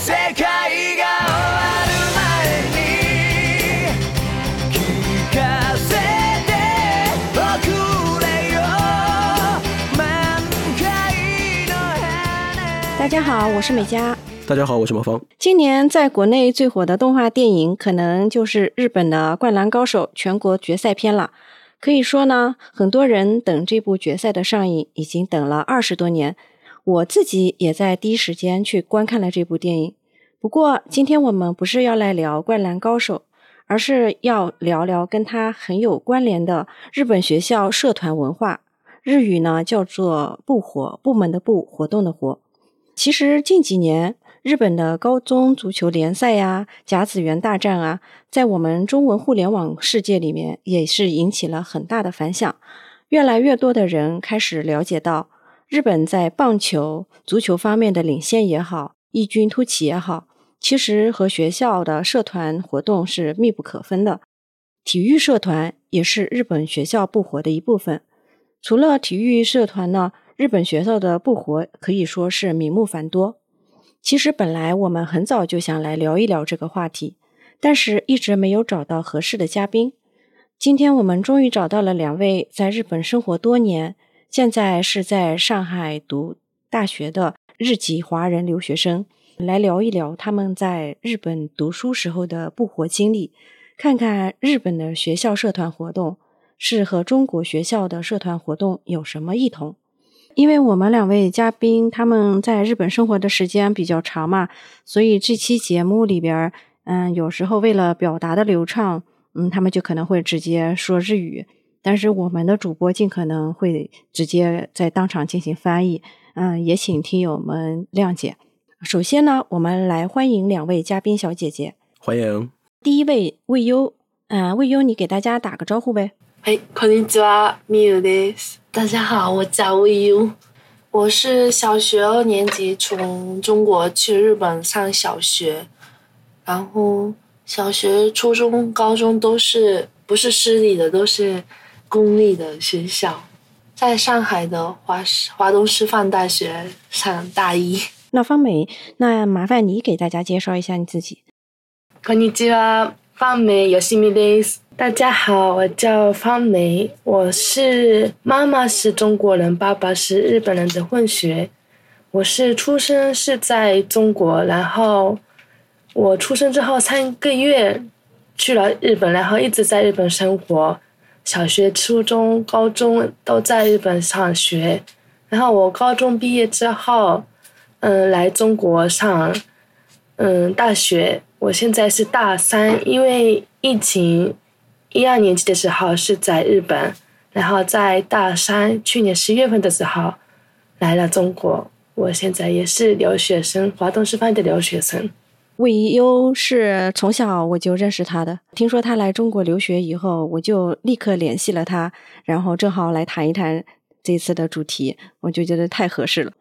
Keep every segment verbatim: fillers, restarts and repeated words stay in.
世界が終わる前に聞かせておくれよ満開の花。 大家好，我是美嘉。 大家好，我是毛芳。 今年在国内最火的动画电影可能就是日本的《灌篮高手》全国决赛篇了。可以说呢，很多人等这部决赛的上映已经等了二十多年，我自己也在第一时间去观看了这部电影。不过今天我们不是要来聊《灌篮高手》，而是要聊聊跟它很有关联的日本学校社团文化，日语呢叫做部活，部门的部，活动的活。其实近几年日本的高中足球联赛呀、甲子园大战啊，在我们中文互联网世界里面也是引起了很大的反响。越来越多的人开始了解到，日本在棒球、足球方面的领先也好，异军突起也好，其实和学校的社团活动是密不可分的。体育社团也是日本学校部活的一部分。除了体育社团呢，日本学校的部活可以说是名目繁多。其实本来我们很早就想来聊一聊这个话题，但是一直没有找到合适的嘉宾。今天我们终于找到了两位在日本生活多年，现在是在上海读大学的日籍华人留学生，来聊一聊他们在日本读书时候的部活经历，看看日本的学校社团活动是和中国学校的社团活动有什么异同。因为我们两位嘉宾他们在日本生活的时间比较长嘛，所以这期节目里边嗯，有时候为了表达的流畅，嗯，他们就可能会直接说日语，但是我们的主播尽可能会直接在当场进行翻译，嗯，也请听友们谅解。首先呢，我们来欢迎两位嘉宾小姐姐。 欢迎。 第一位魏优，嗯，魏优你给大家打个招呼呗。 はい、こんにちは、みゆです。大家好，我叫魏优，我是小学二年级从中国去日本上小学，然后小学、初中、高中都是不是私立的，都是公立的学校，在上海的华华东师范大学上大一。 那方美，那麻烦你给大家介绍一下你自己。 こんにちは、方美よしみです。大家好，我叫方梅，我是妈妈是中国人，爸爸是日本人的混血。我是出生是在中国，然后我出生之后三个月去了日本，然后一直在日本生活，小学、初中、高中都在日本上学。然后我高中毕业之后，嗯，来中国上嗯大学。我现在是大三，因为疫情。一二年级的时候是在日本，然后在大三去年十月份的时候来了中国。我现在也是留学生，华东师范的留学生。 魏优是从小我就认识他的，听说他来中国留学以后，我就立刻联系了他，然后正好来谈一谈这次的主题，我就觉得太合适了。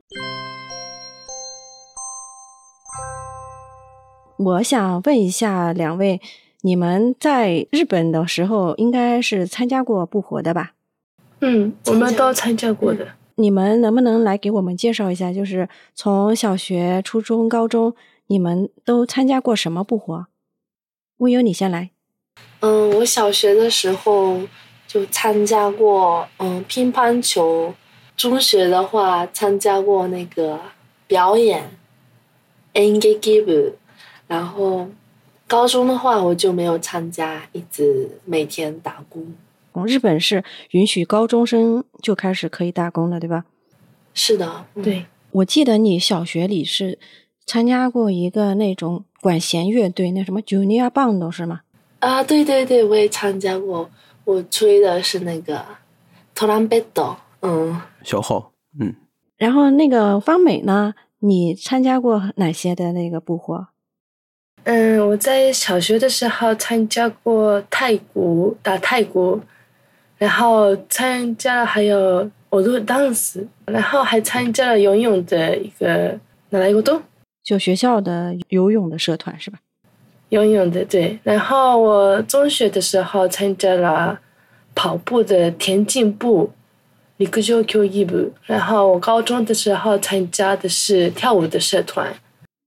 我想问一下两位，你们在日本的时候应该是参加过部活的吧？ 嗯，我们都参加过的。 你们能不能来给我们介绍一下，就是从小学、初中、高中，你们都参加过什么部活？魏优，你先来。 嗯，我小学的时候就参加过嗯乒乓球，中学的话参加过那个表演演劇部，然后高中的话我就没有参加，一直每天打工。 日本是允许高中生就开始可以打工了，对吧？ 是的，对。 我记得你小学里是参加过一个那种管弦乐队，那什么 Junior Band 是吗？ 啊，对对对，我也参加过，我吹的是那个 trumpet， 嗯， 小号，嗯。 然后那个方美呢，你参加过哪些的那个部活？ 嗯，我在小学的时候参加过太鼓，打太鼓，然后参加了还有欧陆 dance， 然后还参加了游泳的一个哪来活动？ 就学校的游泳的社团是吧？ 游泳的，对。然后我中学的时候参加了跑步的田径部，陸上競技部。然后我高中的时候参加的是跳舞的社团。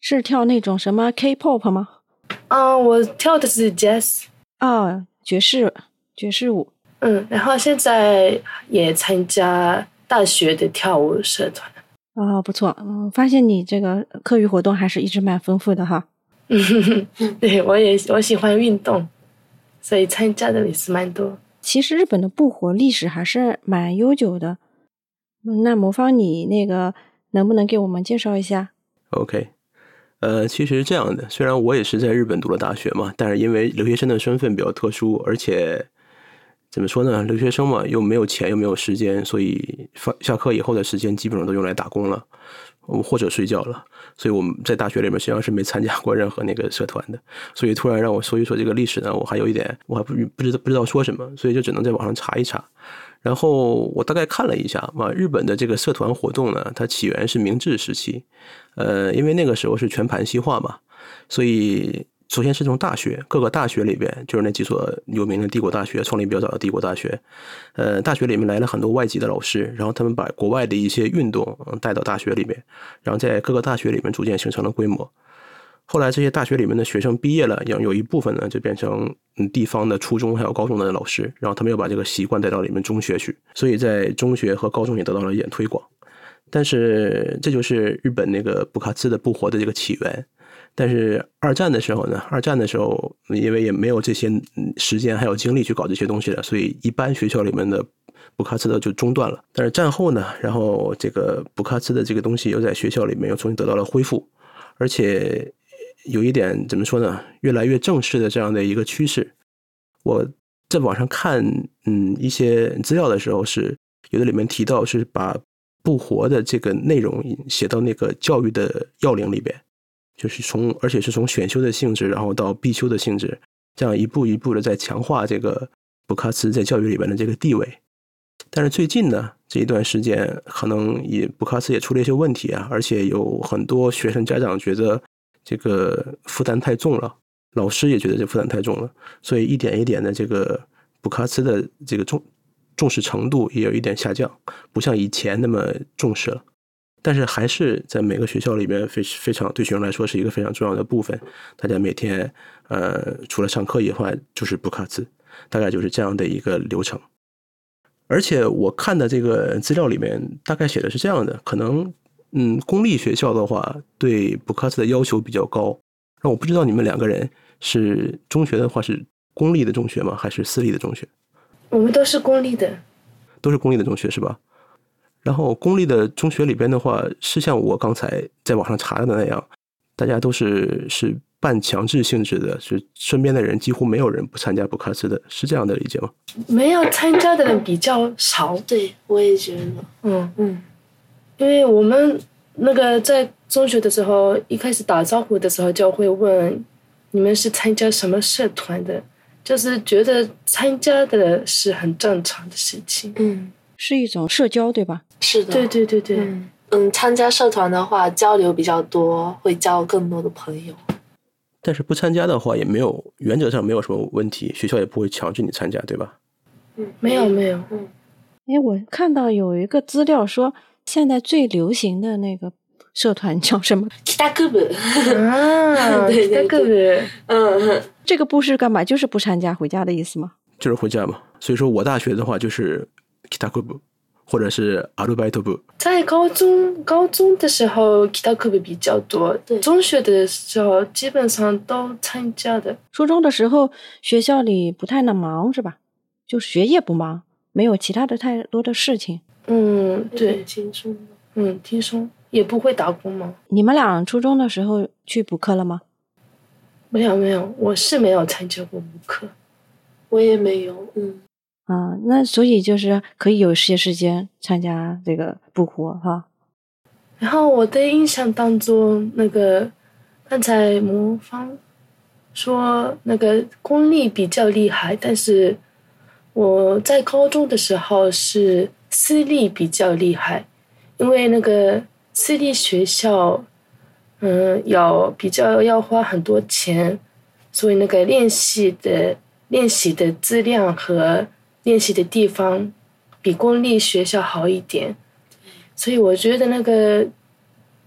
是跳那种什么 K-pop 吗？ 嗯，我跳的是 jazz， 哦，爵士爵士舞。 嗯，然后现在也参加大学的跳舞社团。 哦，不错，嗯，发现你这个课余活动还是一直蛮丰富的哈。 嗯，对，我也我喜欢运动，所以参加的也是蛮多。 其实日本的部活历史还是蛮悠久的。那魔方你那个能不能给我们介绍一下 ？OK， 呃，其实这样的，虽然我也是在日本读了大学嘛，但是因为留学生的身份比较特殊，而且怎么说呢，留学生嘛又没有钱又没有时间，所以下课以后的时间基本上都用来打工了，或者睡觉了。所以我们在大学里面实际上是没参加过任何那个社团的，所以突然让我说一说这个历史呢，我还有一点我还不不知道不知道说什么，所以就只能在网上查一查。然后我大概看了一下嘛，日本的这个社团活动呢，它起源是明治时期，呃，因为那个时候是全盘西化嘛，所以首先是从大学各个大学里边，就是那几所有名的帝国大学，创立比较早的帝国大学，呃，大学里面来了很多外籍的老师，然后他们把国外的一些运动带到大学里面，然后在各个大学里面逐渐形成了规模。后来这些大学里面的学生毕业了，有一部分呢就变成地方的初中还有高中的老师，然后他们又把这个习惯带到里面中学去，所以在中学和高中也得到了一点推广。但是这就是日本那个部活的部活的这个起源。但是二战的时候呢，二战的时候因为也没有这些时间还有精力去搞这些东西了，所以一般学校里面的部活的就中断了。但是战后呢，然后这个部活的这个东西又在学校里面又重新得到了恢复，而且有一点怎么说呢，越来越正式的这样的一个趋势。我在网上看嗯一些资料的时候，是有的里面提到是把部活的这个内容写到那个教育的要领里边，就是从而且是从选修的性质然后到必修的性质，这样一步一步的在强化这个部活在教育里边的这个地位。但是最近呢这一段时间可能也部活也出了一些问题啊，而且有很多学生家长觉得这个负担太重了，老师也觉得这负担太重了，所以一点一点的这个部活的这个重重视程度也有一点下降，不像以前那么重视了。但是还是在每个学校里面非非常对学生来说是一个非常重要的部分，大家每天呃除了上课以外就是部活，大概就是这样的一个流程。而且我看的这个资料里面大概写的是这样的，可能嗯公立学校的话对部活的要求比较高，那我不知道你们两个人是中学的话是公立的中学吗？还是私立的中学？ 我们都是公立的。 都是公立的中学是吧？然后公立的中学里边的话，是像我刚才在网上查的那样，大家都是是半强制性质的，是身边的人几乎没有人不参加部活的，是这样的理解吗？ 没有参加的人比较少。 对，我也觉得。 嗯嗯， 因为我们那个在中学的时候，一开始打招呼的时候就会问你们是参加什么社团的，就是觉得参加的是很正常的事情。 嗯， 是一种社交对吧？ 是的。 对对对对。 嗯嗯，参加社团的话交流比较多，会交更多的朋友。 但是不参加的话也没有，原则上没有什么问题，学校也不会强制你参加，对吧？ 嗯， 没有没有。 嗯， 哎，我看到有一个资料说，现在最流行的那个社团叫什么？ 帰宅部。 啊， 对对对， 这个嗯， 这个部是干嘛？就是不参加回家的意思吗？ 就是回家嘛。所以说我大学的话就是帰宅部或者是アルバイト部。 在高中高中的时候帰宅部比较多， 对， 中学的时候基本上都参加的。 初中的时候学校里不太那忙是吧？就学业不忙，没有其他的太多的事情。 嗯，对， 挺轻松的。 嗯，轻松，也不会打工吗？ 你们俩初中的时候去补课了吗？ 没有没有，我是没有参加过补课。 我也没有。嗯。 啊，那所以就是可以有些时间参加这个部活哈。 然后我的印象当中，那个刚才魔方说那个公立比较厉害，但是我在高中的时候是私立比较厉害，因为那个私立学校，嗯，要比较要花很多钱，所以那个练习的练习的质量和练习的地方比公立学校好一点，所以我觉得那个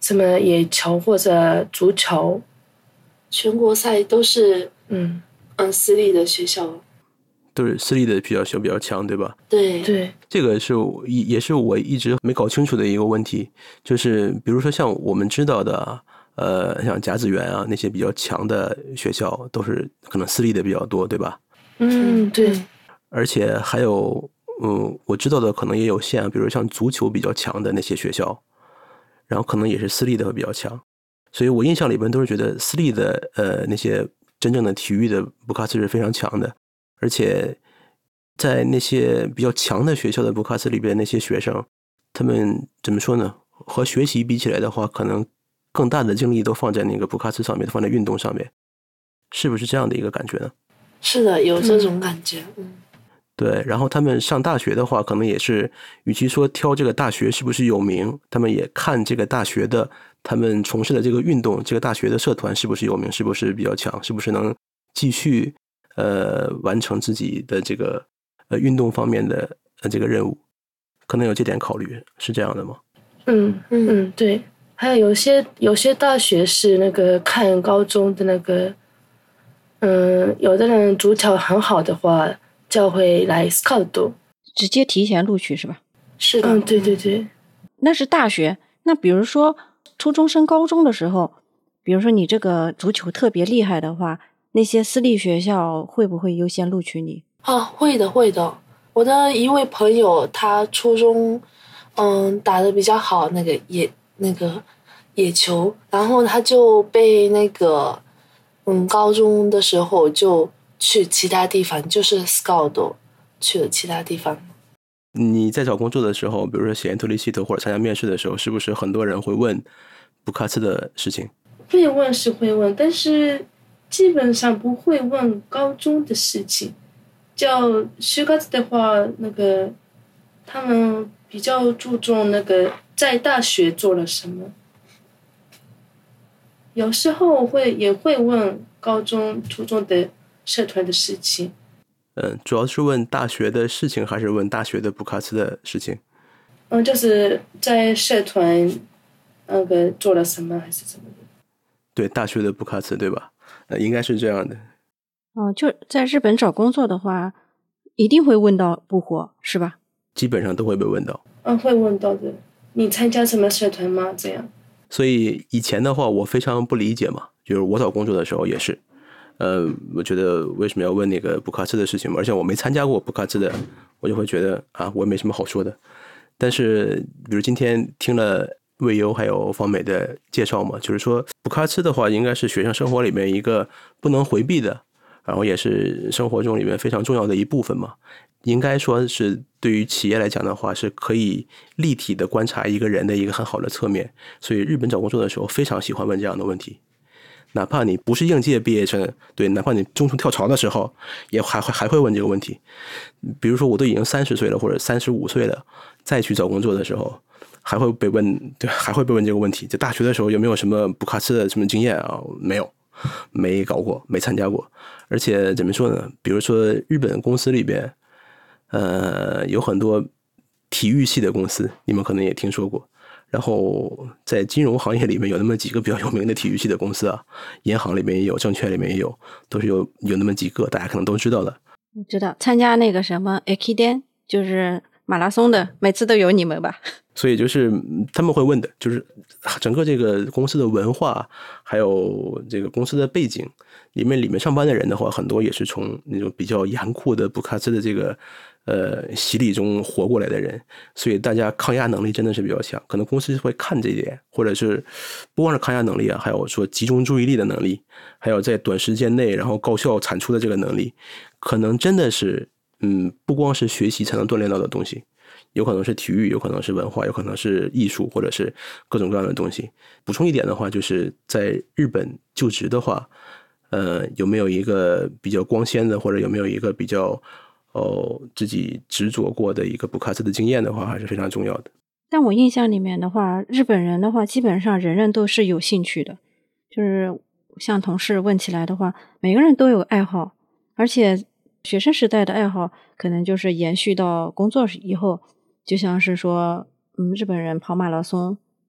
什么野球或者足球， 全国赛都是嗯嗯私立的学校。 都是私立的比较小比较强，对吧？ 对对， 这个是也也是我一直没搞清楚的一个问题，就是比如说像我们知道的，呃，像甲子园啊那些比较强的学校，都是可能私立的比较多，对吧？ 嗯对， 而且还有，嗯，我知道的可能也有限，比如像足球比较强的那些学校，然后可能也是私立的会比较强，所以我印象里边都是觉得私立的呃那些真正的体育的布卡斯是非常强的。而且在那些比较强的学校的布卡斯里边，那些学生，他们怎么说呢？和学习比起来的话，可能更大的精力都放在那个布卡斯上面，放在运动上面，是不是这样的一个感觉呢？ 是的，有这种感觉。嗯， 对。然后他们上大学的话，可能也是，与其说挑这个大学是不是有名，他们也看这个大学的他们从事的这个运动，这个大学的社团是不是有名，是不是比较强，是不是能继续。呃，完成自己的这个呃运动方面的呃这个任务，可能有这点考虑，是这样的吗？ 嗯嗯对，还有有些有些大学是那个看高中的那个，嗯，有的人足球很好的话，就会来 scout， 直接提前录取是吧？ 是的。 嗯，对对对， 那是大学。那比如说初中升高中的时候，比如说你这个足球特别厉害的话，那些私立学校会不会优先录取你？ 啊，会的，会的。我的一位朋友，他初中，嗯，打得比较好，那个野那个野球，然后他就被那个，嗯，高中的时候就去其他地方，就是 scout 去了其他地方。 你在找工作的时候，比如说写研特利希特或者参加面试的时候，是不是很多人会问布卡斯的事情？ 会问是会问，但是基本上不会问高中的事情。叫学高子的话，那个他们比较注重那个在大学做了什么。有时候会也会问高中、初中的社团的事情。 嗯，主要是问大学的事情，还是问大学的布卡斯的事情？ 嗯，就是在社团那个做了什么还是什么的。 对，大学的布卡斯，对吧？呃，应该是这样的。 哦，就在日本找工作的话，一定会问到部活，是吧？ 基本上都会被问到。 嗯，会问到的。你参加什么社团吗？这样。 所以以前的话，我非常不理解嘛，就是我找工作的时候也是，呃，我觉得为什么要问那个布卡斯的事情嘛？而且我没参加过布卡斯的，我就会觉得啊，我也没什么好说的。但是，比如今天听了魏优还有方美的介绍嘛，就是说布卡斯的话，应该是学生生活里面一个不能回避的，然后也是生活中里面非常重要的一部分嘛。应该说是对于企业来讲的话，是可以立体的观察一个人的一个很好的侧面。所以日本找工作的时候非常喜欢问这样的问题，哪怕你不是应届毕业生，对，哪怕你中途跳槽的时候，也还会还会问这个问题。比如说我都已经三十岁了，或者三十五岁了，再去找工作的时候，还会被问，对，还会被问这个问题。在大学的时候有没有什么布卡斯的什么经验啊？没有，没搞过，没参加过。而且怎么说呢？比如说日本公司里边，呃，有很多体育系的公司，你们可能也听说过。然后在金融行业里面有那么几个比较有名的体育系的公司啊，银行里面也有，证券里面也有，都是有有那么几个，大家可能都知道的。 我知道，参加那个什么 Ekiden 就是马拉松的，每次都有你们吧？ 所以就是他们会问的，就是整个这个公司的文化，还有这个公司的背景，里面里面上班的人的话，很多也是从那种比较严酷的布卡斯的这个呃洗礼中活过来的人，所以大家抗压能力真的是比较强。可能公司会看这一点，或者是不光是抗压能力啊，还有说集中注意力的能力，还有在短时间内然后高效产出的这个能力，可能真的是嗯，不光是学习才能锻炼到的东西。有可能是体育，有可能是文化，有可能是艺术，或者是各种各样的东西。补充一点的话，就是在日本就职的话，呃，有没有一个比较光鲜的，或者有没有一个比较哦自己执着过的一个布卡斯的经验的话，还是非常重要的。 但我印象里面的话，日本人的话，基本上人人都是有兴趣的，就是像同事问起来的话，每个人都有爱好，而且学生时代的爱好可能就是延续到工作以后。就像是说，嗯，日本人跑马拉松，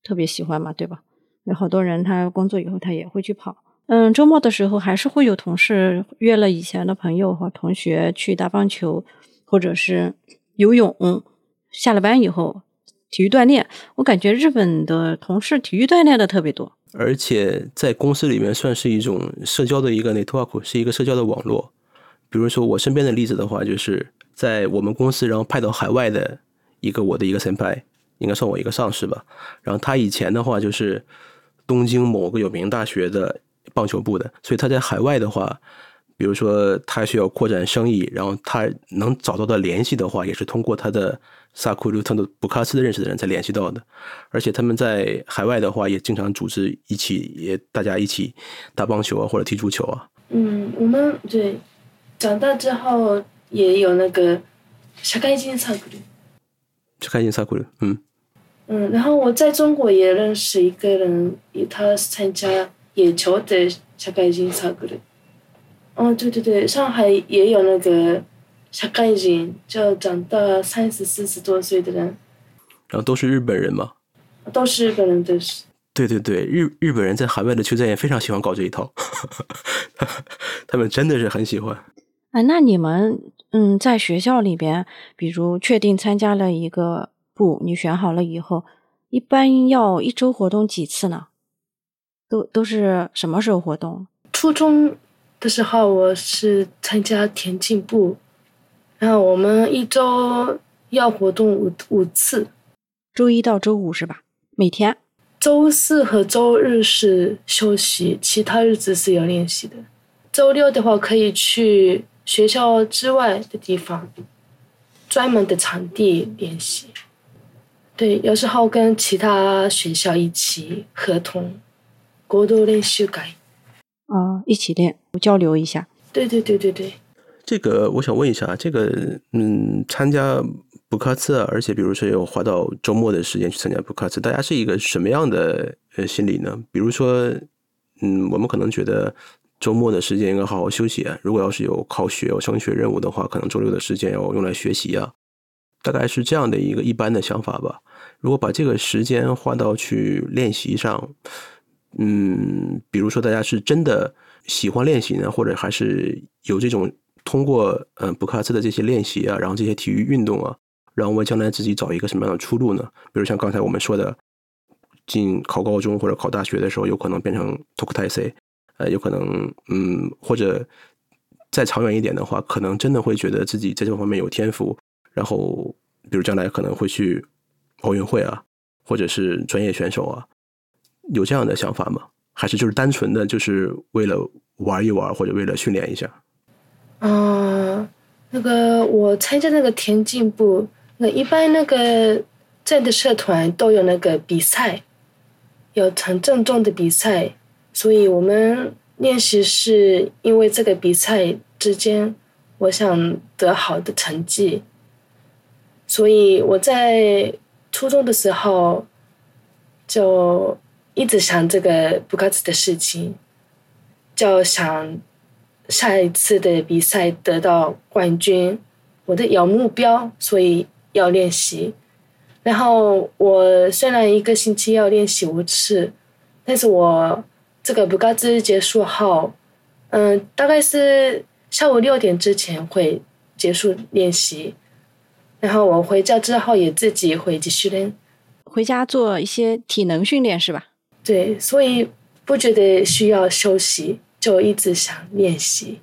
特别喜欢嘛，对吧？有好多人他工作以后他也会去跑。嗯，周末的时候还是会有同事约了以前的朋友和同学去打棒球，或者是游泳。下了班以后体育锻炼，我感觉日本的同事体育锻炼的特别多， 而且在公司里面算是一种社交的一个 network， 是一个社交的网络。比如说我身边的例子的话，就是在我们公司然后派到海外的一个我的一个先輩，应该算我一个上司吧，然后他以前的话就是东京某个有名大学的棒球部的，所以他在海外的话，比如说他需要扩展生意，然后他能找到的联系的话，也是通过他的萨库鲁他的布卡斯的认识的人才联系到的。而且他们在海外的话，也经常组织一起，也大家一起打棒球啊，或者踢足球啊。 嗯，我们对长大之后也有那个社会人サークル。 社会人サークル，嗯嗯，然后我在中国也认识一个人，他参加野球的社会人サークル。哦，对对对，上海也有那个社会人，就长到三十四十多岁的人， 然后都是日本人嘛， 都是日本人的。 对对对，日日本人在海外的球赛也非常喜欢搞这一套，他们真的是很喜欢。 啊，那你们嗯，在学校里边，比如确定参加了一个部，你选好了以后，一般要一周活动几次呢？都都是什么时候活动？ 初中的时候我是参加田径部，然后我们一周要活动五五次， 周一到周五是吧？每天？ 周四和周日是休息，其他日子是有练习的。周六的话可以去学校之外的地方，专门的场地练习。对，有时候跟其他学校一起合同，合同練習会。 啊、呃，一起练，交流一下。 对对对对对。 这个我想问一下，这个嗯，参加部活啊，而且比如说有花到周末的时间去参加部活，大家是一个什么样的呃心理呢？比如说，嗯，我们可能觉得周末的时间应该好好休息啊，如果要是有考学有升学任务的话，可能周六的时间要用来学习啊，大概是这样的一个一般的想法吧。如果把这个时间花到去练习上，嗯，比如说大家是真的喜欢练习呢，或者还是有这种通过嗯部活的这些练习啊，然后这些体育运动啊，然后为将来自己找一个什么样的出路呢？比如像刚才我们说的，进考高中或者考大学的时候，有可能变成特待生，呃，有可能嗯，或者再长远一点的话，可能真的会觉得自己在这方面有天赋，然后比如将来可能会去奥运会啊，或者是专业选手啊，有这样的想法吗？还是就是单纯的就是为了玩一玩，或者为了训练一下？ 嗯、呃，那个我参加那个田径部，那一般那个在的社团都有那个比赛，有很郑重的比赛，所以我们练习是因为这个比赛之间，我想得好的成绩，所以我在初中的时候就一直想这个部活的事情，就想下一次的比赛得到冠军，我的有目标，所以要练习。然后我虽然一个星期要练习五次，但是我这个部活结束后，嗯，大概是下午六点之前会结束练习。然后我回家之后也自己会继续练， 回家做一些体能训练是吧？ 对，所以不觉得需要休息，就一直想练习。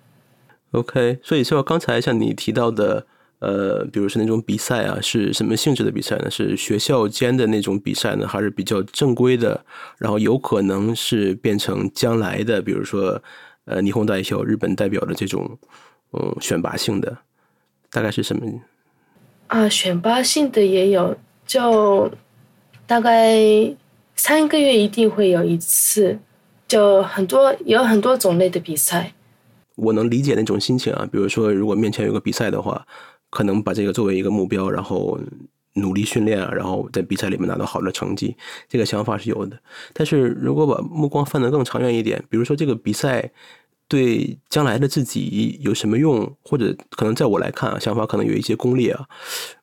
OK， 所以像刚才像你提到的，呃，比如说那种比赛啊，是什么性质的比赛呢？是学校间的那种比赛呢，还是比较正规的？然后有可能是变成将来的，比如说呃，日本代表、日本代表的这种嗯选拔性的，大概是什么？ 啊，选拔性的也有，就大概三个月一定会有一次，就很多有很多种类的比赛。 我能理解那种心情啊，比如说如果面前有个比赛的话，可能把这个作为一个目标，然后努力训练啊，然后在比赛里面拿到好的成绩，这个想法是有的。但是如果把目光放得更长远一点，比如说这个比赛对将来的自己有什么用，或者可能在我来看啊，想法可能有一些功利啊。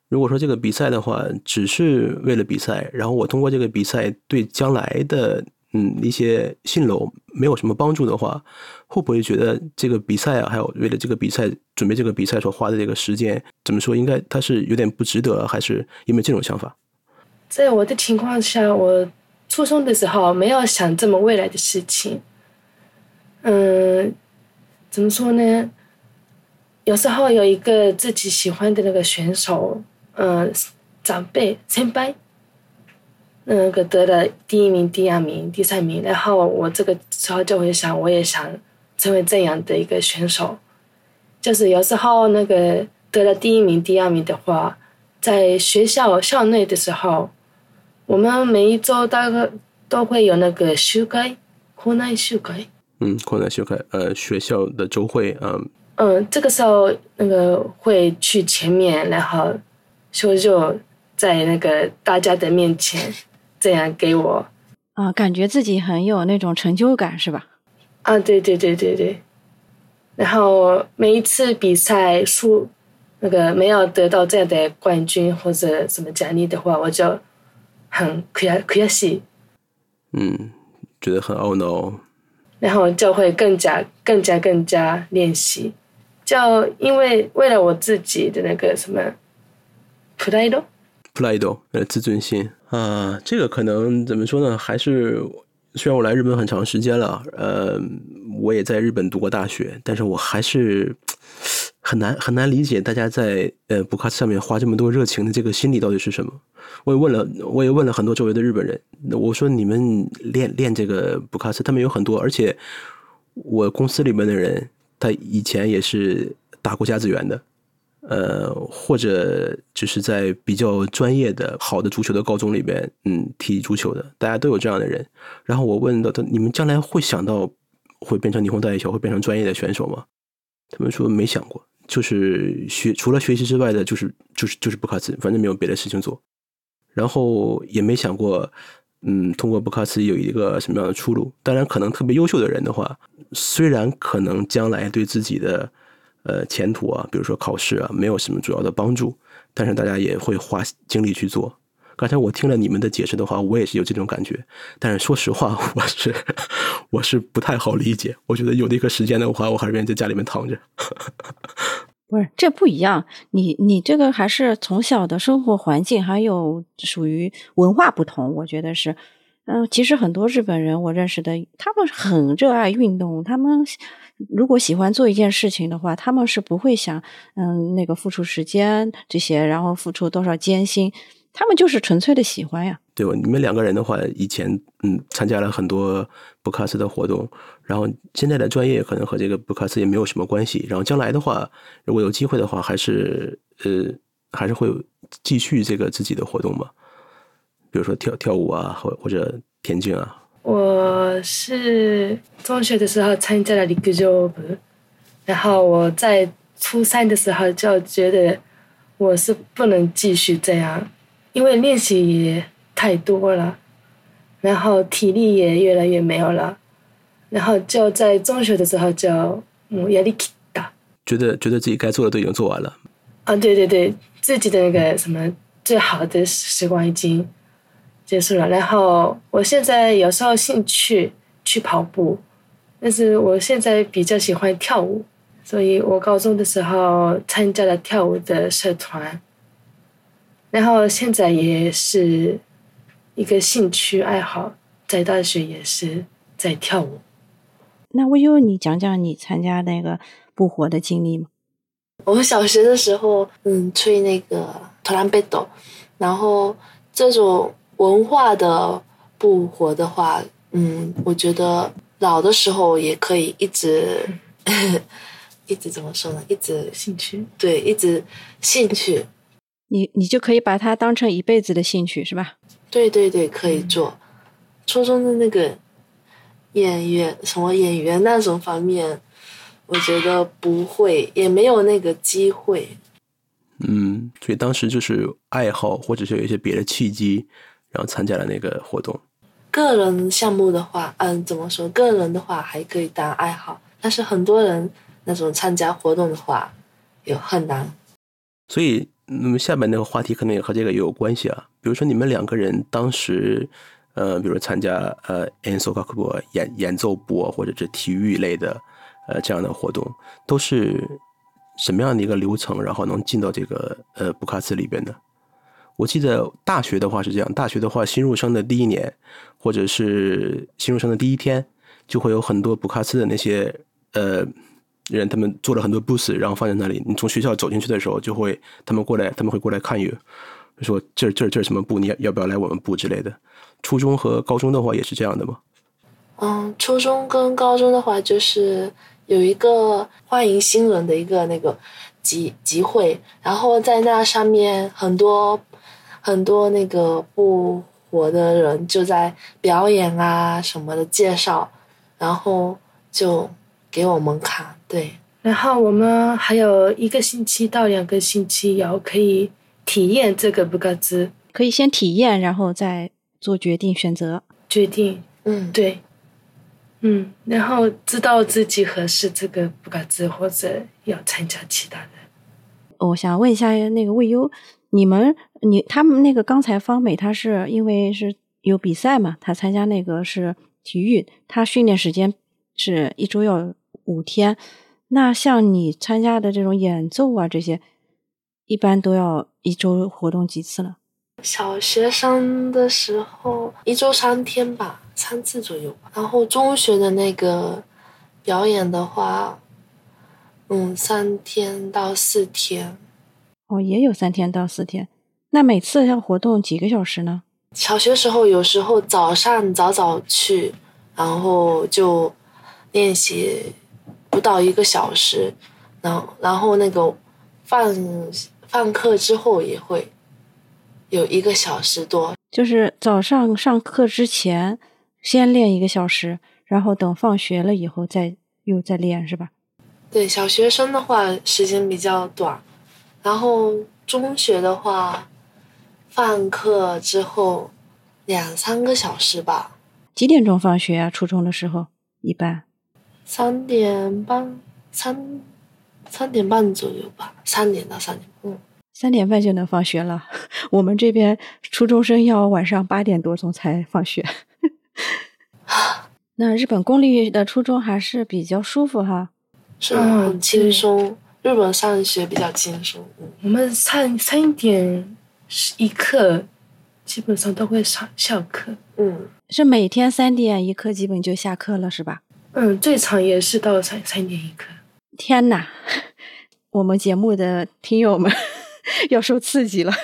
如果说这个比赛的话，只是为了比赛，然后我通过这个比赛对将来的嗯一些蜃楼没有什么帮助的话，会不会觉得这个比赛啊，还有为了这个比赛准备这个比赛所花的这个时间，怎么说，应该它是有点不值得，还是有没有这种想法？ 在我的情况下，我初中的时候没有想这么未来的事情。嗯，怎么说呢？有时候有一个自己喜欢的那个选手，嗯，长辈、先輩，那个得了第一名、第二名、第三名，然后我这个时候就会想，我也想成为这样的一个选手。就是有时候那个得了第一名、第二名的话，在学校校内的时候，我们每一周大概都会有那个集会、校内集会。 嗯，校内集会，呃，学校的周会，嗯。 嗯，这个时候那个会去前面，然后秀秀在那个大家的面前这样给我啊，感觉自己很有那种成就感，是吧？ 啊，对对对对对。然后每一次比赛输，那个没有得到这样的冠军或者什么奖励的话，我就很悔悔喜， 嗯，觉得很懊恼， 然后就会更加更加更加练习。就因为为了我自己的那个什么 pride pride 呃自尊心啊，这个可能怎么说呢？还是虽然我来日本很长时间了，呃，我也在日本读过大学，但是我还是很难很难理解大家在呃布卡斯上面花这么多热情的这个心理到底是什么。我也问了，我也问了很多周围的日本人，我说你们练练这个布卡斯，他们有很多，而且我公司里面的人。他以前也是打过甲子园的，呃，或者就是在比较专业的好的足球的高中里边，嗯，踢足球的，大家都有这样的人。然后我问到他，你们将来会想到会变成霓虹代表，会变成专业的选手吗？他们说没想过，就是学除了学习之外的，就是就是就是布卡斯，反正没有别的事情做。然后也没想过。嗯，通过布卡斯有一个什么样的出路？当然，可能特别优秀的人的话，虽然可能将来对自己的呃前途啊，比如说考试啊，没有什么主要的帮助，但是大家也会花精力去做。刚才我听了你们的解释的话，我也是有这种感觉。但是说实话，我是我是不太好理解。我觉得有那个时间的话，我还是愿意在家里面躺着。 不是，这不一样。你你这个还是从小的生活环境，还有属于文化不同，我觉得是。嗯，其实很多日本人我认识的，他们很热爱运动，他们如果喜欢做一件事情的话，他们是不会想嗯那个付出时间这些，然后付出多少艰辛，他们就是纯粹的喜欢呀。 对吧？你们两个人的话，以前嗯参加了很多布卡斯的活动，然后现在的专业可能和这个布卡斯也没有什么关系。然后将来的话，如果有机会的话，还是呃还是会继续这个自己的活动嘛，比如说跳跳舞啊，或或者田径啊。 我是中学的时候参加了陸上部，然后我在初三的时候就觉得我是不能继续这样，因为练习也太多了，然后体力也越来越没有了，然后就在中学的时候就嗯やりきった， 觉得觉得自己该做的都已经做完了。 啊，对对对，自己的那个什么最好的时光已经结束了。然后我现在有时候兴趣去跑步，但是我现在比较喜欢跳舞，所以我高中的时候参加了跳舞的社团，然后现在也是一个兴趣爱好，在大学也是在跳舞。 那微优，你讲讲你参加那个部活的经历吗？ 我小学的时候，嗯，吹那个トランペット，然后这种文化的部活的话，嗯，我觉得老的时候也可以一直，一直怎么说呢？一直兴趣， 对，一直兴趣。 你你就可以把它当成一辈子的兴趣，是吧？ 对对对，可以做。嗯、初中的那个演员，什么演员那种方面，我觉得不会，也没有那个机会。 嗯，所以当时就是爱好，或者是有一些别的契机，然后参加了那个活动。 个人项目的话，嗯，怎么说？个人的话还可以当爱好，但是很多人那种参加活动的话，有很难。 所以那么下面那个话题可能也和这个也有关系啊。比如说你们两个人当时，呃，比如参加呃演奏楽部演演奏部或者是体育类的呃这样的活动，都是什么样的一个流程，然后能进到这个呃部活里边的？我记得大学的话是这样，大学的话新入生的第一年，或者是新入生的第一天，就会有很多部活的那些呃。人他们做了很多 booth， 然后放在那里。你从学校走进去的时候，就会他们过来，他们会过来看你，说这这这是什么部，你要不要来我们部之类的。初中和高中的话也是这样的吗？ 嗯，初中跟高中的话，就是有一个欢迎新人的一个那个集集会，然后在那上面很多很多那个部活的人就在表演啊什么的介绍，然后就给我们看。对， 然后我们还有一个星期到两个星期要可以体验这个部活， 可以先体验，然后再做决定选择。 决定， 嗯， 对，嗯，然后知道自己合适这个部活或者要参加其他的。 我想问一下那个魏优，你们你他们那个刚才方美，他是因为是有比赛嘛，他参加那个是体育，他训练时间是一周要五天。那像你参加的这种演奏啊，这些一般都要一周活动几次呢？ 小学生的时候一周三天吧，三次左右吧。然后中学的那个表演的话，嗯，三天到四天。 哦，也有三天到四天。那每次要活动几个小时呢？ 小学时候有时候早上早早去，然后就练习不到一个小时，然后然后那个放放课之后也会有一个小时多。 就是早上上课之前先练一个小时，然后等放学了以后再又再练，是吧？ 对，小学生的话时间比较短，然后中学的话放课之后两三个小时吧。 几点钟放学啊？初中的时候一般三点半，三三点半左右吧，三点到三点，嗯， 三点半就能放学了。我们这边初中生要晚上八点多钟才放学。那日本公立的初中还是比较舒服哈， 是很轻松。日本上学比较轻松，嗯， 我们三三点一刻基本上都会上下课， 嗯， 是每天三点一刻基本就下课了，是吧？ 嗯，最长也是到三三点一刻。 天哪，我们节目的听友们要受刺激了。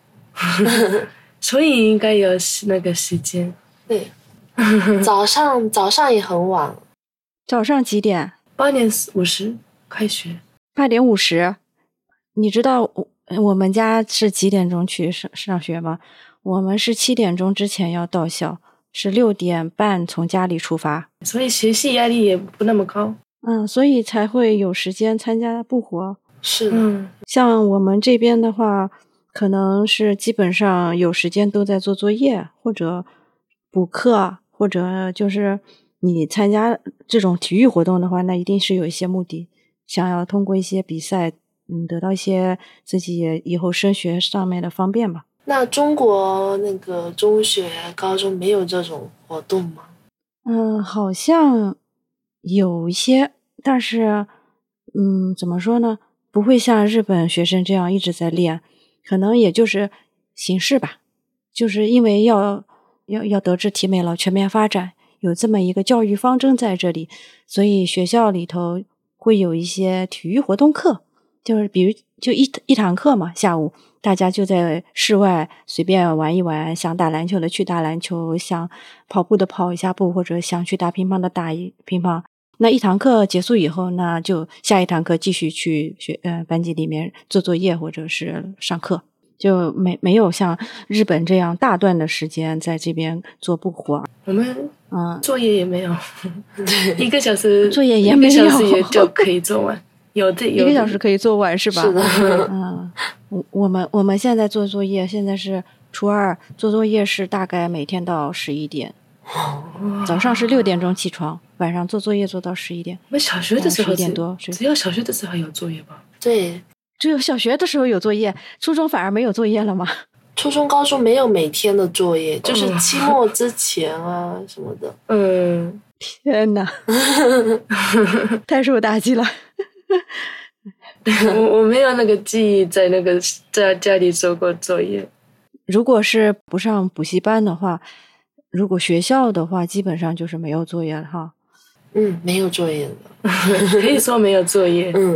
所以应该有那个时间。 对，早上早上也很晚。 早上几点？ 八点五十开学。 八点五十。你知道我我们家是几点钟去上上学吗？我们是七点钟之前要到校，是六点半从家里出发， 所以学习压力也不那么高。 嗯，所以才会有时间参加部活。 是的， 嗯， 像我们这边的话，可能是基本上有时间都在做作业，或者补课，或者就是你参加这种体育活动的话，那一定是有一些目的，想要通过一些比赛，嗯，得到一些自己以后升学上面的方便吧。 那中国那个中学、高中没有这种活动吗？ 嗯，好像有一些，但是，嗯，怎么说呢？不会像日本学生这样一直在练，可能也就是形式吧。就是因为要要要德智体美劳全面发展，有这么一个教育方针在这里，所以学校里头会有一些体育活动课，就是比如就一一堂课嘛，下午大家就在室外随便玩一玩，想打篮球的去打篮球，想跑步的跑一下步，或者想去打乒乓的打一乒乓。那一堂课结束以后，那就下一堂课继续去学呃班级里面做作业或者是上课，就没没有像日本这样大段的时间在这边做部活。 我们嗯， 作业也没有，一个小时作业也没有一个小时也就可以做完，有的有的一个小时可以做完是吧？ 是的， 嗯，我我们我们现在做作业，现在是初二，做作业是大概每天到十一点，早上是六点钟起床，晚上做作业做到十一点。 我们小学的时候十一点多睡只有小学的时候有作业吧？ 对， 只有小学的时候有作业，初中反而没有作业了吗？ 初中、高中没有每天的作业，就是期末之前啊什么的。 嗯， 天哪，太受打击了。 我我没有那个记忆在那个在家里做过作业。 如果是不上补习班的话，如果学校的话，基本上就是没有作业了哈。 嗯，没有作业的， 可以说没有作业。 嗯。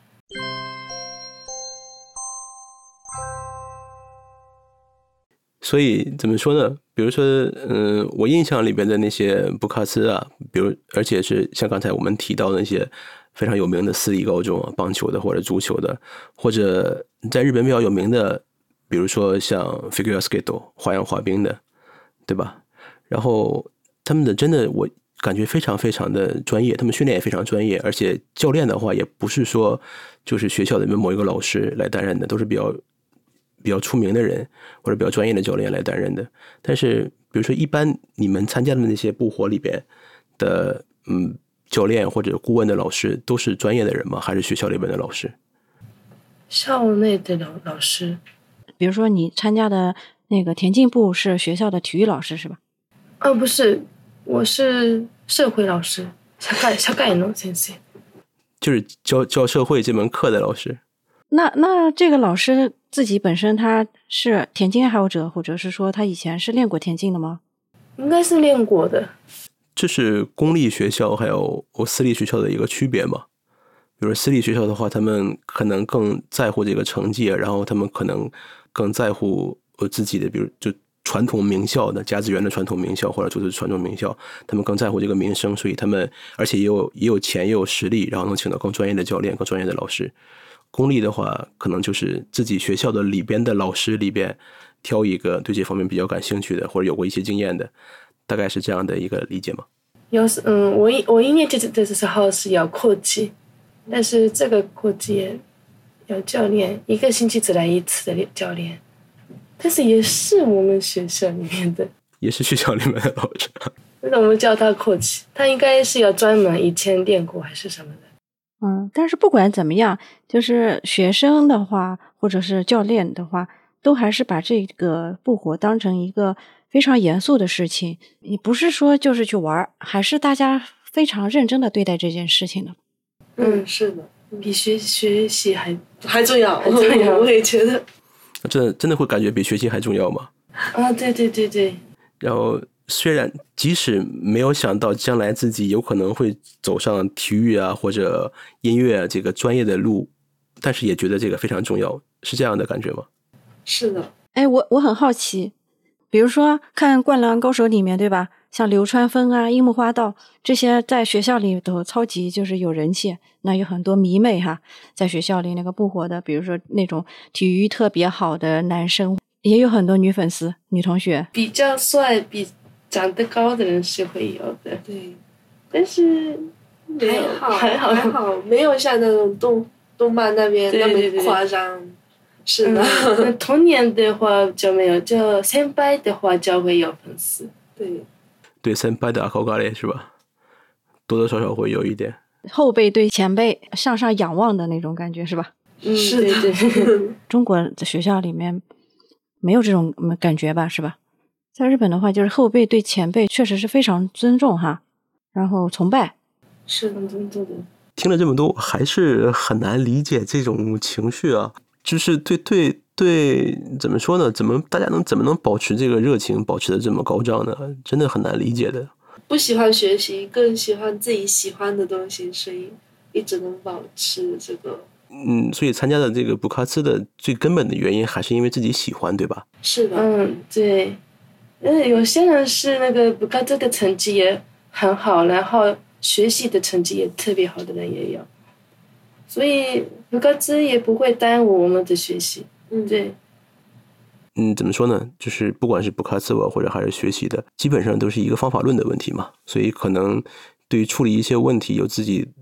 所以怎么说呢？比如说，嗯，我印象里边的那些部活啊，比如而且是像刚才我们提到的那些非常有名的私立高中啊，棒球的或者足球的，或者在日本比较有名的，比如说像 figure skate 花样滑冰的，对吧？然后他们的真的我感觉非常非常的专业，他们训练也非常专业，而且教练的话也不是说就是学校里面某一个老师来担任的，都是比较比较出名的人或者比较专业的教练来担任的。但是比如说一般你们参加的那些部活里边的嗯教练或者顾问的老师都是专业的人吗？还是学校里边的老师？ 校内的老老师。 比如说你参加的那个田径部是学校的体育老师是吧？ 哦，不是，我是社会老师，社会社会の先生， 就是教教社会这门课的老师。 那那这个老师自己本身他是田径爱好者，或者是说他以前是练过田径的吗？ 应该是练过的。 这是公立学校还有私立学校的一个区别吗？比如私立学校的话，他们可能更在乎这个成绩，然后他们可能更在乎自己的，比如就传统名校的甲子园的传统名校，或者就是传统名校，他们更在乎这个名声，所以他们而且也有也有钱也有实力，然后能请到更专业的教练、更专业的老师。公立的话，可能就是自己学校的里边的老师里边挑一个对这方面比较感兴趣的，或者有过一些经验的，大概是这样的一个理解吗？ 有嗯，我一我一年级的时候是有课季，但是这个课季有教练，一个星期只来一次的教练，但是也是我们学校里面的， 也是学校里面的老师。 那我们叫他课季，他应该是有专门以前练过还是什么的。 嗯，但是不管怎么样，就是学生的话，或者是教练的话，都还是把这个部活当成一个非常严肃的事情。你不是说就是去玩，还是大家非常认真的对待这件事情的。 嗯，是的， 比学学习还还重要， 还重要。 我也觉得， 真的真的会感觉比学习还重要吗？ 啊，对对对对。 然后虽然即使没有想到将来自己有可能会走上体育啊或者音乐啊这个专业的路，但是也觉得这个非常重要，是这样的感觉吗？ 是的。 哎，我我很好奇，比如说看《灌篮高手》里面，对吧？像流川枫啊、樱木花道这些，在学校里头超级就是有人气，那有很多迷妹哈，在学校里那个不火的，比如说那种体育特别好的男生，也有很多女粉丝、女同学。 比较帅、比长得高的人是会有的， 对， 但是还好还好还好，没有像那种动动漫那边那么夸张。是的， 嗯，童年的话就没有，就先輩的话就会有粉丝。 对。 对先輩的憧れ是吧？多多少少会有一点。 后辈对前辈向上仰望的那种感觉是吧？ 嗯， 是的。 对对。 中国的学校里面没有这种感觉吧，是吧？在日本的话，就是后辈对前辈确实是非常尊重哈，然后崇拜。 是的， 尊重的。 听了这么多，还是很难理解这种情绪啊。就是对对对，怎么说呢？怎么大家能怎么能保持这个热情，保持的这么高涨呢？真的很难理解的。 不喜欢学习，更喜欢自己喜欢的东西，所以一直能保持这个。 嗯，所以参加的这个部活的最根本的原因，还是因为自己喜欢，对吧？ 是的。 嗯，对。嗯，有些人是那个部活这个成绩也很好，然后学习的成绩也特别好的人也有。所以部活也不会耽误我们的学习。嗯，对。 嗯，怎么说呢？就是不管是部活或者还是学习的，基本上都是一个方法论的问题嘛。所以可能对于处理一些问题有自己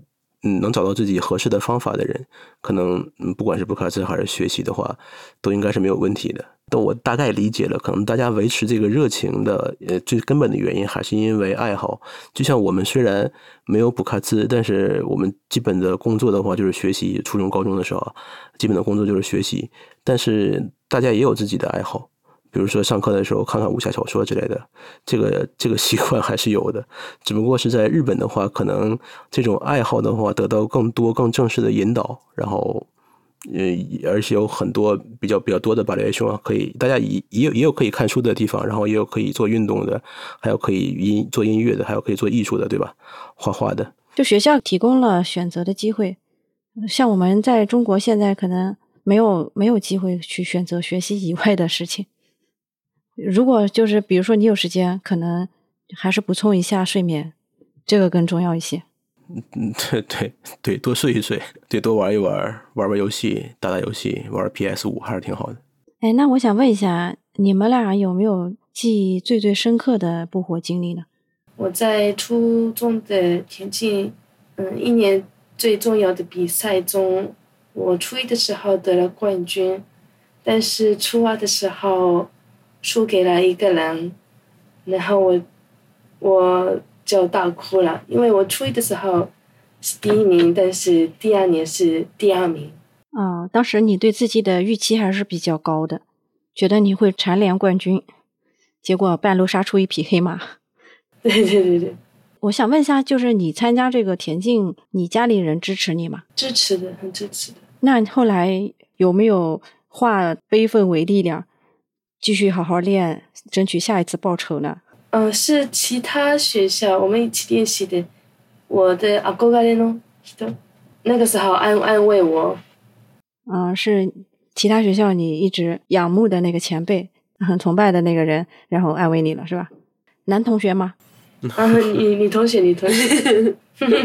嗯能找到自己合适的方法的人，可能嗯不管是布卡兹还是学习的话，都应该是没有问题的。但我大概理解了，可能大家维持这个热情的呃最根本的原因还是因为爱好。就像我们虽然没有补课资，但是我们基本的工作的话就是学习，初中高中的时候基本的工作就是学习，但是大家也有自己的爱好，比如说上课的时候看看武侠小说之类的，这个这个习惯还是有的。只不过是在日本的话，可能这种爱好的话得到更多更正式的引导，然后呃，而且有很多比较比较多的巴列兄啊，可以大家也也有也有可以看书的地方，然后也有可以做运动的，还有可以音做音乐的，还有可以做艺术的，对吧？画画的。 就学校提供了选择的机会，像我们在中国现在可能没有没有机会去选择学习以外的事情。如果就是比如说你有时间，可能还是补充一下睡眠，这个更重要一些。 嗯，对对对，多睡一睡，对，多玩一玩，玩玩游戏，打打游戏，玩 P S 五 还是挺好的。 哎，那我想问一下，你们俩有没有记忆最最深刻的不活经历呢？ 我在初中的田径，嗯，一年最重要的比赛中，我初一的时候得了冠军，但是初二的时候输给了一个人，然后我我就大哭了，因为我初一的时候是第一名，但是第二年是第二名。 啊、哦，当时你对自己的预期还是比较高的，觉得你会蝉联冠军，结果半路杀出一匹黑马。 对对对对。 我想问一下，就是你参加这个田径，你家里人支持你吗？ 支持的，很支持的。 那后来有没有化悲愤为力量，继续好好练，争取下一次报仇呢？ 嗯，是其他学校我们一起练习的，我的阿哥がれの人，那个时候安安慰我。 嗯，是其他学校你一直仰慕的那个前辈，很崇拜的那个人，然后安慰你了，是吧？男同学吗？ 啊，你你同学，你同学，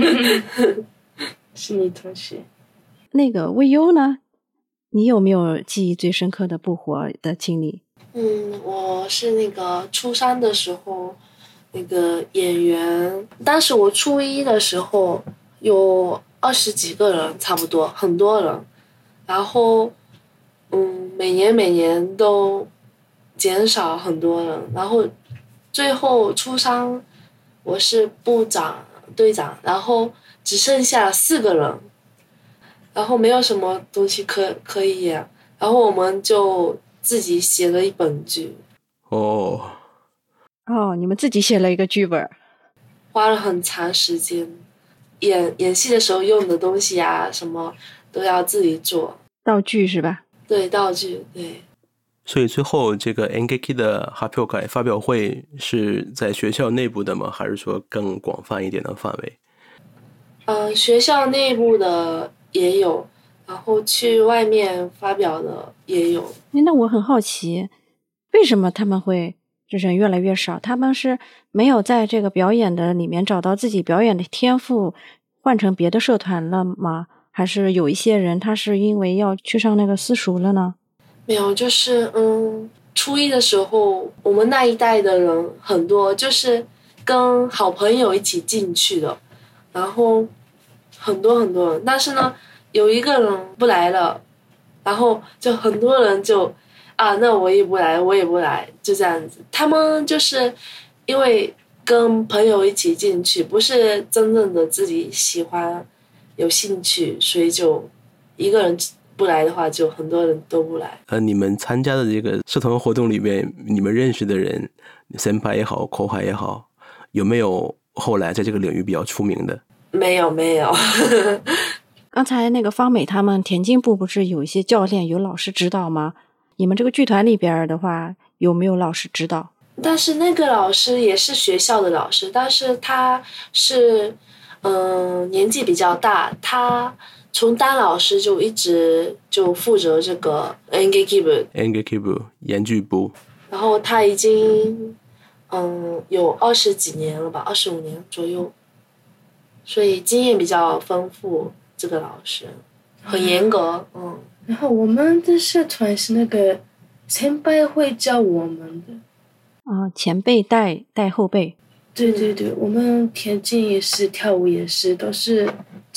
是你同学。 那个魏优呢？你有没有记忆最深刻的不活的经历？ 嗯，我是那个初三的时候，那个演员，当时我初一的时候有二十几个人，差不多很多人，然后嗯，每年每年都减少很多人，然后最后初三我是部长队长，然后只剩下四个人，然后没有什么东西可可以演，然后我们就自己写了一本剧。 哦哦，你们自己写了一个剧本， 花了很长时间，演演戏的时候用的东西啊，什么都要自己做， 道具是吧？ 对，道具，对。 所以最后这个 N G K 的発表会发表会是在学校内部的吗？还是说更广泛一点的范围？ 嗯、呃，学校内部的也有，然后去外面发表的也有。 那我很好奇，为什么他们会人越来越少？他们是没有在这个表演的里面找到自己表演的天赋，换成别的社团了吗？还是有一些人他是因为要去上那个私塾了呢？ 没有，就是嗯，初一的时候，我们那一代的人很多，就是跟好朋友一起进去的，然后很多很多人，但是呢，有一个人不来了，然后就很多人就啊，那我也不来，我也不来，就这样子。他们就是因为跟朋友一起进去，不是真正的自己喜欢、有兴趣，所以就一个人不来的话，就很多人都不来。 呃，你们参加的这个社团活动里面，你们认识的人，先輩也好，後輩也好，有没有后来在这个领域比较出名的？ 没有，没有。 刚才那个方美他们田径部不是有一些教练、有老师指导吗？你们这个剧团里边的话，有没有老师指导？ 但是那个老师也是学校的老师，但是他是嗯、呃、年纪比较大，他从当老师就一直就负责这个 N G K 部 N G K 部演剧部， 然后他已经嗯有二十几年了吧，二十五年左右，所以经验比较丰富。这个老师很严格，嗯。 然后我们的社团是那个前輩会教我们的。 啊、呃，前辈带带后辈。 对对对，我们田径也是，跳舞也是，都是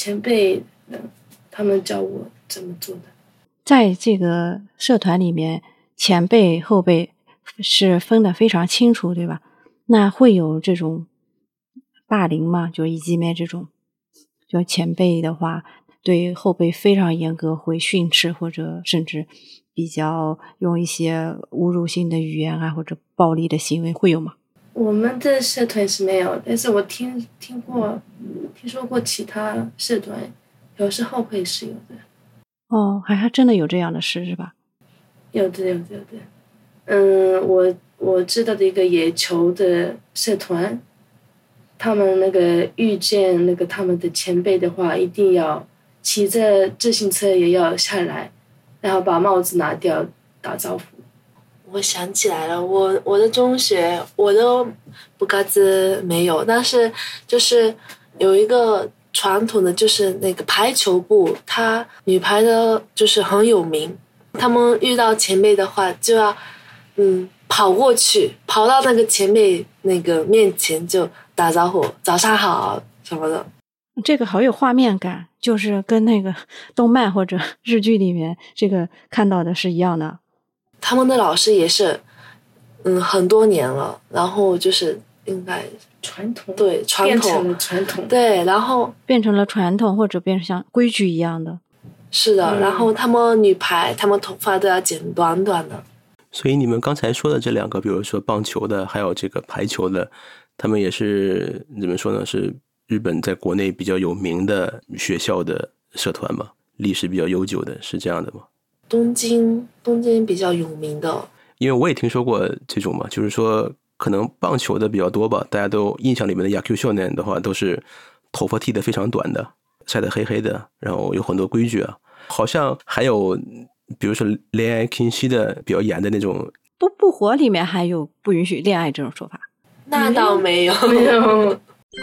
前辈他们教我怎么做的。 在这个社团里面，前辈后辈是分得非常清楚，对吧？那会有这种霸凌吗？就一级面这种，就前辈的话对后辈非常严格，会训斥或者甚至比较用一些侮辱性的语言啊，或者暴力的行为，会有吗？ 我们的社团是没有，但是我听听过听说过其他社团有时候会是有的。 哦，还还真的有这样的事是吧？ 有的有的有的。嗯，我我知道的一个野球的社团，他们那个遇见那个他们的前辈的话，一定要骑着自行车也要下来，然后把帽子拿掉打招呼。 我想起来了，我我的中学我的部活没有，但是就是有一个传统的，就是那个排球部，他女排的就是很有名，他们遇到前辈的话就要嗯跑过去，跑到那个前辈那个面前就打招呼，早上好什么的。 这个好有画面感，就是跟那个动漫或者日剧里面这个看到的是一样的。 他们的老师也是嗯很多年了，然后就是应该传统对传统变成了传统， 对，然后变成了传统或者变成像规矩一样的。 是的、 嗯、 然后他们女排他们头发都要剪短短的。 所以你们刚才说的这两个，比如说棒球的还有这个排球的，他们也是怎么说呢，是日本在国内比较有名的学校的社团嘛，历史比较悠久的，是这样的吗？ 东京东京比较有名的， 因为我也听说过这种嘛，就是说可能棒球的比较多吧，大家都印象里面的野球少年的话都是头发剃得非常短的，晒得黑黑的，然后有很多规矩啊，好像还有比如说恋爱禁止的比较严的那种。 不不活里面还有不允许恋爱这种说法？ 那倒没有没有。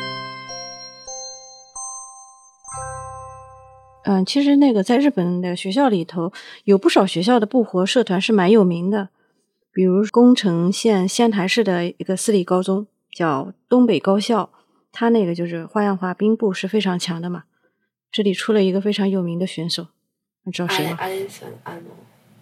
嗯，其实那个在日本的学校里头，有不少学校的部活社团是蛮有名的，比如宫城县仙台市的一个私立高中叫东北高校，它那个就是花样滑冰部是非常强的嘛。这里出了一个非常有名的选手，你知道谁吗？ アレさんあの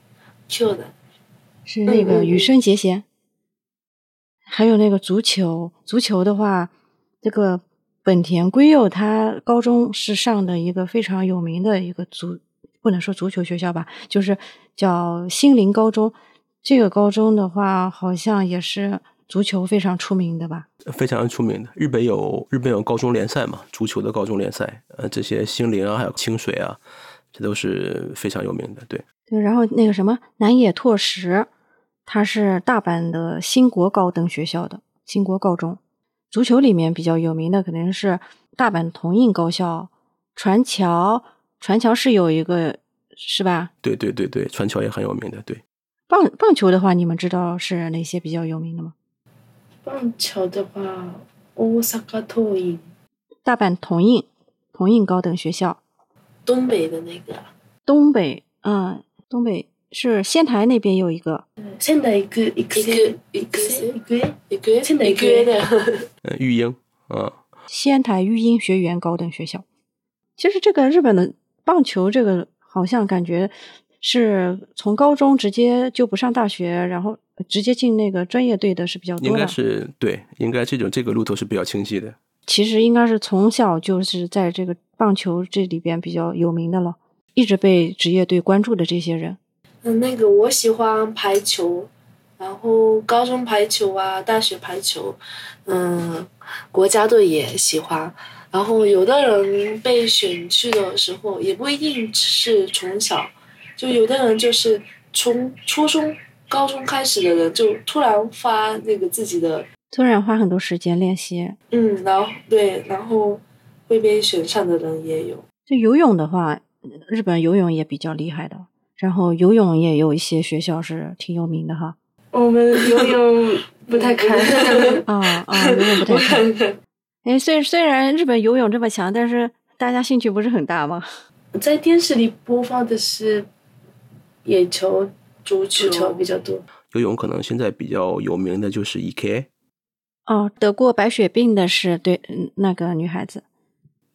Q的是那个羽生结弦。还有那个足球，足球的话，这个本田圭佑他高中是上的一个非常有名的一个足，不能说足球学校吧，就是叫新林高中。这个高中的话，好像也是足球非常出名的吧？ 非常出名的。日本有日本有高中联赛嘛，足球的高中联赛，呃，这些新林啊，还有清水啊，这都是非常有名的。对对，然后那个什么南野拓实，他是大阪的新国高等学校的新国高中。足球里面比较有名的可能是大阪同印高校，传桥，传桥是有一个是吧？ 对对对对，传桥也很有名的。对， 棒棒球的话，你们知道是哪些比较有名的吗？ 棒球的话，大阪桐蔭， 大阪同印同印高等学校， 东北的那个， 东北，嗯，东北是仙台那边有一个， 仙台育育育成育育育育仙台育育的， 呃，育英啊， 仙台育英学园高等学校。其实这个日本的棒球，这个好像感觉是从高中直接就不上大学，然后直接进那个专业队的是比较多的。 应该是对，应该这种这个路头是比较清晰的。 其实应该是从小就是在这个棒球这里边比较有名的了，一直被职业队关注的这些人。 嗯，那个我喜欢排球，然后高中排球啊，大学排球，嗯，国家队也喜欢。然后有的人被选去的时候，也不一定是从小，就有的人就是从初中、高中开始的人，就突然发那个自己的， 突然花很多时间练习。 嗯，然后对，然后会被选上的人也有。 就游泳的话，日本游泳也比较厉害的，然后游泳也有一些学校是挺有名的哈。 我们游泳不太看。 啊啊，游泳不太看。哎，虽虽然日本游泳这么强，但是大家兴趣不是很大吗？ 在电视里播放的是野球、 足球足球比较多。 游泳可能现在比较有名的就是 E K。 哦，得过白血病的是对那个女孩子。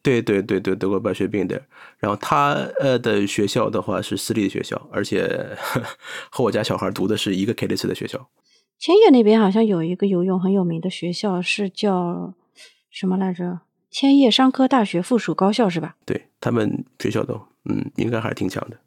对对对对，德国白血病的。然后他呃的学校的话是私立的学校，而且呵呵和我家小孩读的是一个 K 类似的学校。 千叶那边好像有一个游泳很有名的学校，是叫什么来着？千叶商科大学附属高校是吧？ 对，他们学校都嗯应该还是挺强的。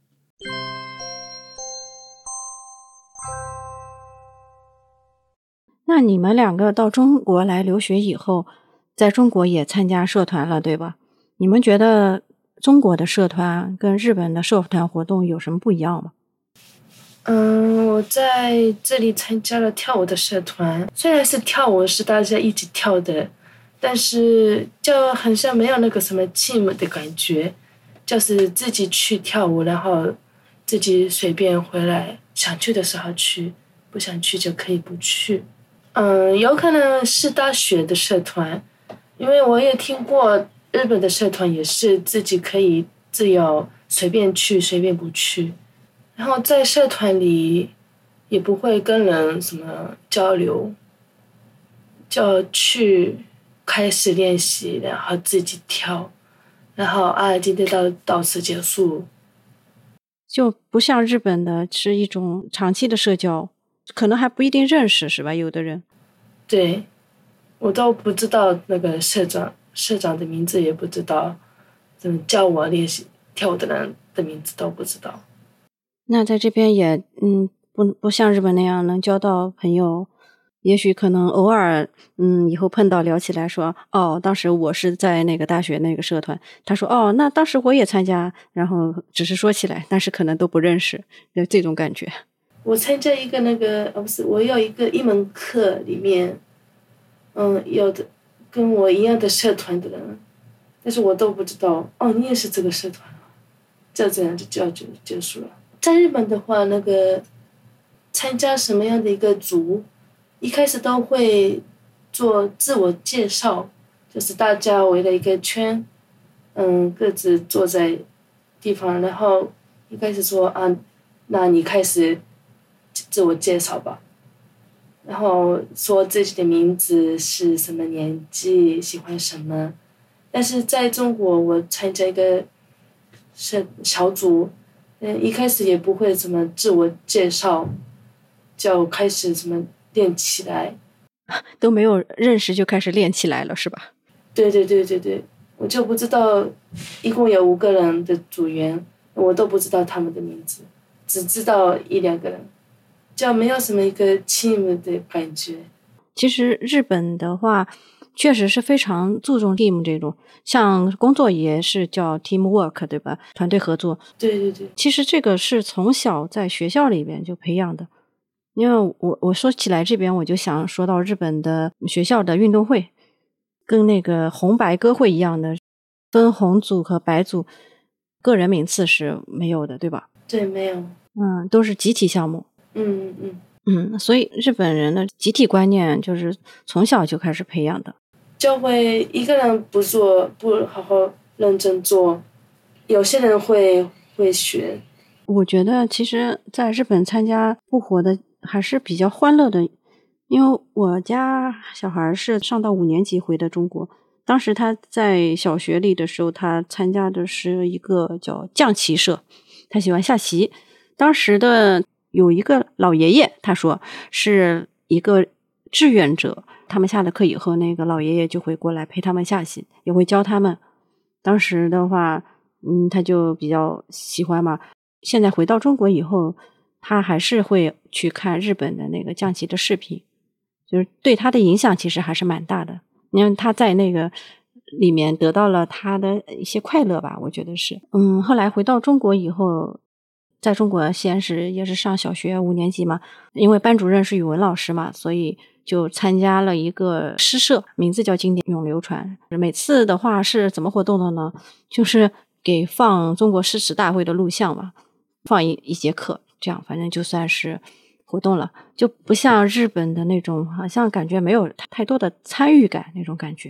那你们两个到中国来留学以后，在中国也参加社团了，对吧？你们觉得中国的社团跟日本的社团活动有什么不一样吗？ 嗯，我在这里参加了跳舞的社团，虽然是跳舞是大家一起跳的，但是就很像没有那个什么 team 的感觉，就是自己去跳舞，然后自己随便回来，想去的时候去，不想去就可以不去。嗯，有可能是大学的社团，因为我也听过日本的社团也是自己可以自由随便去随便不去，然后在社团里也不会跟人什么交流，就去开始练习，然后自己跳，然后啊今天到到此结束。 就不像日本的是一种长期的社交，可能还不一定认识是吧？有的人对，我都不知道那个社长社长的名字，也不知道怎么教我练习跳舞的人的名字都不知道。 那在这边也嗯不不像日本那样能交到朋友，也许可能偶尔嗯以后碰到聊起来说哦，当时我是在那个大学那个社团，他说哦那当时我也参加，然后只是说起来，但是可能都不认识，就这种感觉。 我参加一个那个哦不是，我有一个一门课里面，嗯有的跟我一样的社团的人，但是我都不知道哦你也是这个社团啊，就这样就就就结束了。在日本的话，那个参加什么样的一个组，一开始都会做自我介绍，就是大家围了一个圈，嗯，各自坐在地方，然后一开始说啊，那你开始自我介绍吧，然后说自己的名字是什么年纪，喜欢什么。但是在中国，我参加一个社小组，嗯，一开始也不会怎么自我介绍，就开始怎么练起来。 都没有认识就开始练起来了是吧？ 对对对对对，我就不知道，一共有五个人的组员，我都不知道他们的名字，只知道一两个人，就没有什么一个 team 的感觉。 其实日本的话确实是非常注重 team 这种，像工作也是叫 teamwork 对吧？团队合作。 对对对， 其实这个是从小在学校里边就培养的。因为我我说起来这边我就想说到日本的学校的运动会，跟那个红白歌会一样的，分红组和白组，个人名次是没有的，对吧？ 对，没有。 嗯，都是集体项目。 嗯嗯嗯，所以日本人的集体观念就是从小就开始培养的。 就会一个人不做，不好好认真做，有些人会会学。 我觉得其实在日本参加部活的还是比较欢乐的，因为我家小孩是上到五年级回的中国，当时他在小学里的时候，他参加的是一个叫将棋社，他喜欢下棋。当时的有一个老爷爷，他说是一个志愿者，他们下了课以后，那个老爷爷就会过来陪他们下棋，也会教他们。当时的话，嗯，他就比较喜欢嘛。现在回到中国以后，他还是会去看日本的那个将棋的视频，就是对他的影响其实还是蛮大的。因为他在那个里面得到了他的一些快乐吧，我觉得是。嗯，后来回到中国以后，在中国先是也是上小学五年级嘛，因为班主任是语文老师嘛，所以就参加了一个诗社，名字叫经典永流传。每次的话是怎么活动的呢？就是给放中国诗词大会的录像嘛，放一一节课，这样反正就算是活动了，就不像日本的那种好像感觉没有太多的参与感那种感觉。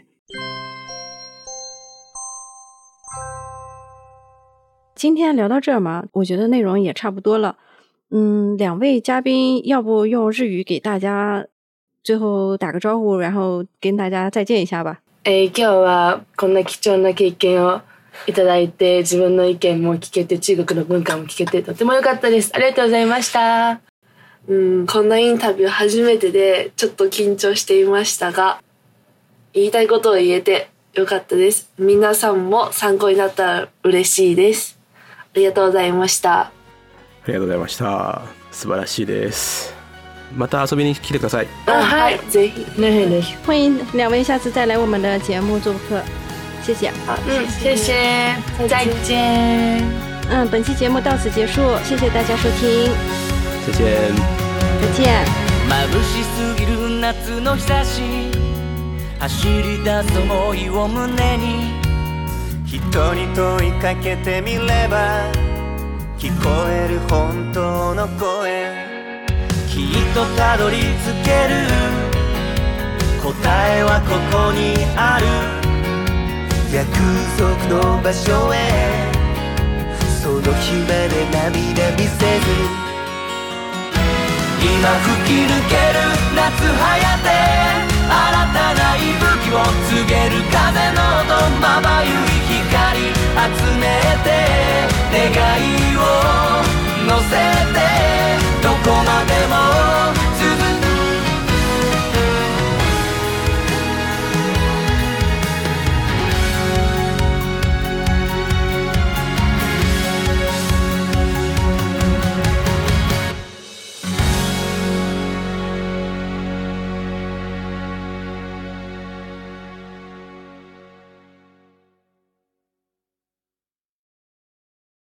今天聊到这儿嘛，我觉得内容也差不多了。嗯，两位嘉宾要不用日语给大家最后打个招呼，然后跟大家再见一下吧。 えー今日はこんな貴重な経験をいただいて、自分の意見も聞けて、中国の文化も聞けて、とても良かったです。ありがとうございました。 うん、こんなインタビュー初めてでちょっと緊張していましたが、言いたいことを言えてよかったです。皆さんも参考になったら嬉しいです。ありがとうございました。 ありがとうございました。素晴らしいです。また遊びに来てください。 啊，嗨，ぜひ。 ね欢迎两位下次再来我们的节目做客，谢谢。 好，嗯，谢谢，再见。 嗯，本期节目到此结束，谢谢大家收听， 再见。 再见。 眩しすぎる夏の日差し、走り出す想いを胸に、人に問いかけてみれば聞こえる本当の声、きっとたどり着ける答えはここにある、約束の場所へ、その日まで涙見せず、今吹き抜ける夏はやて、新たな息吹を告げる風の音、まばゆい光集めて願いを乗せ